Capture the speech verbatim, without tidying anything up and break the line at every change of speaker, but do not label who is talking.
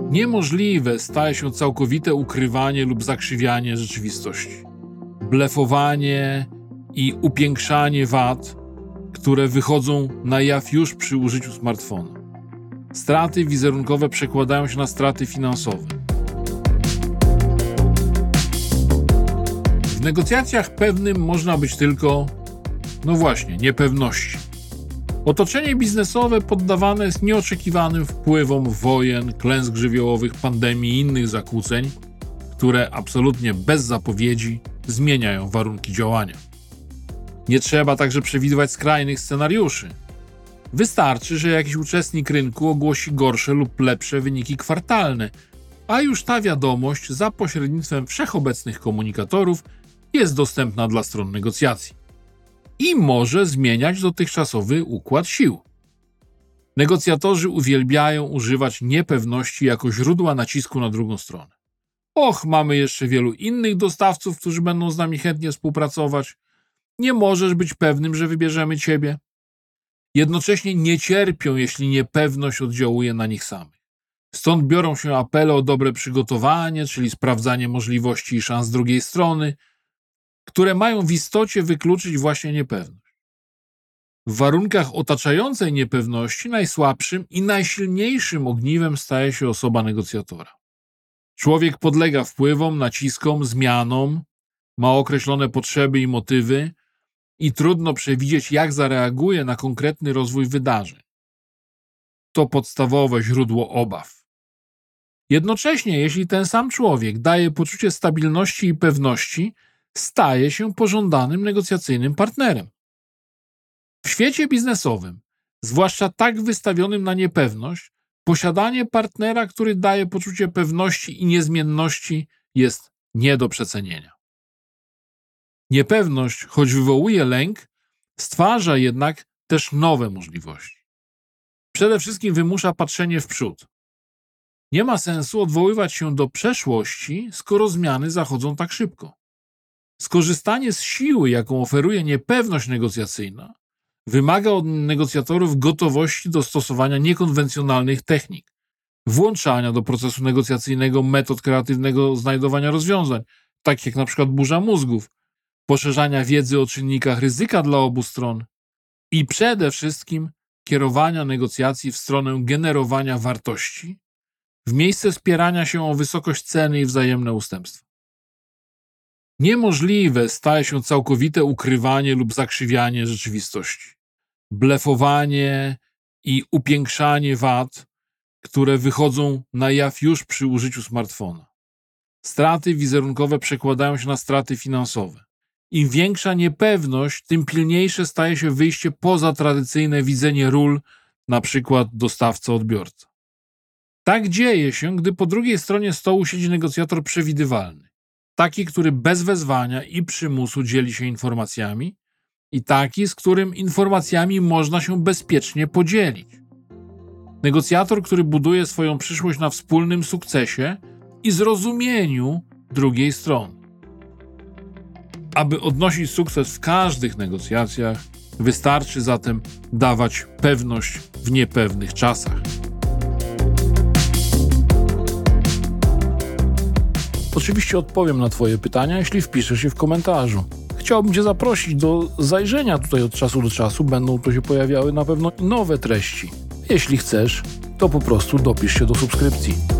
Niemożliwe staje się całkowite ukrywanie lub zakrzywianie rzeczywistości. Blefowanie i upiększanie wad, które wychodzą na jaw już przy użyciu smartfona. Straty wizerunkowe przekładają się na straty finansowe. W negocjacjach pewnym można być tylko, no właśnie, niepewności. Otoczenie biznesowe poddawane jest nieoczekiwanym wpływom wojen, klęsk żywiołowych, pandemii i innych zakłóceń, które absolutnie bez zapowiedzi zmieniają warunki działania. Nie trzeba także przewidywać skrajnych scenariuszy. Wystarczy, że jakiś uczestnik rynku ogłosi gorsze lub lepsze wyniki kwartalne, a już ta wiadomość za pośrednictwem wszechobecnych komunikatorów jest dostępna dla stron negocjacji i może zmieniać dotychczasowy układ sił. Negocjatorzy uwielbiają używać niepewności jako źródła nacisku na drugą stronę. Och, mamy jeszcze wielu innych dostawców, którzy będą z nami chętnie współpracować. Nie możesz być pewnym, że wybierzemy ciebie. Jednocześnie nie cierpią, jeśli niepewność oddziałuje na nich samych. Stąd biorą się apele o dobre przygotowanie, czyli sprawdzanie możliwości i szans drugiej strony, które mają w istocie wykluczyć właśnie niepewność. W warunkach otaczającej niepewności najsłabszym i najsilniejszym ogniwem staje się osoba negocjatora. Człowiek podlega wpływom, naciskom, zmianom, ma określone potrzeby i motywy i trudno przewidzieć, jak zareaguje na konkretny rozwój wydarzeń. To podstawowe źródło obaw. Jednocześnie, jeśli ten sam człowiek daje poczucie stabilności i pewności, staje się pożądanym negocjacyjnym partnerem. W świecie biznesowym, zwłaszcza tak wystawionym na niepewność, posiadanie partnera, który daje poczucie pewności i niezmienności, jest nie do przecenienia. Niepewność, choć wywołuje lęk, stwarza jednak też nowe możliwości. Przede wszystkim wymusza patrzenie w przód. Nie ma sensu odwoływać się do przeszłości, skoro zmiany zachodzą tak szybko. Skorzystanie z siły, jaką oferuje niepewność negocjacyjna, wymaga od negocjatorów gotowości do stosowania niekonwencjonalnych technik, włączania do procesu negocjacyjnego metod kreatywnego znajdowania rozwiązań, takich jak na przykład burza mózgów, poszerzania wiedzy o czynnikach ryzyka dla obu stron i przede wszystkim kierowania negocjacji w stronę generowania wartości w miejsce spierania się o wysokość ceny i wzajemne ustępstwa. Niemożliwe staje się całkowite ukrywanie lub zakrzywianie rzeczywistości. Blefowanie i upiększanie wad, które wychodzą na jaw już przy użyciu smartfona. Straty wizerunkowe przekładają się na straty finansowe. Im większa niepewność, tym pilniejsze staje się wyjście poza tradycyjne widzenie ról, na przykład dostawca-odbiorca. Tak dzieje się, gdy po drugiej stronie stołu siedzi negocjator przewidywalny. Taki, który bez wezwania i przymusu dzieli się informacjami i taki, z którym informacjami można się bezpiecznie podzielić. Negocjator, który buduje swoją przyszłość na wspólnym sukcesie i zrozumieniu drugiej strony. Aby odnosić sukces w każdych negocjacjach, wystarczy zatem dawać pewność w niepewnych czasach. Oczywiście odpowiem na Twoje pytania, jeśli wpiszesz je w komentarzu. Chciałbym Cię zaprosić do zajrzenia tutaj od czasu do czasu. Będą tu się pojawiały na pewno nowe treści. Jeśli chcesz, to po prostu dopisz się do subskrypcji.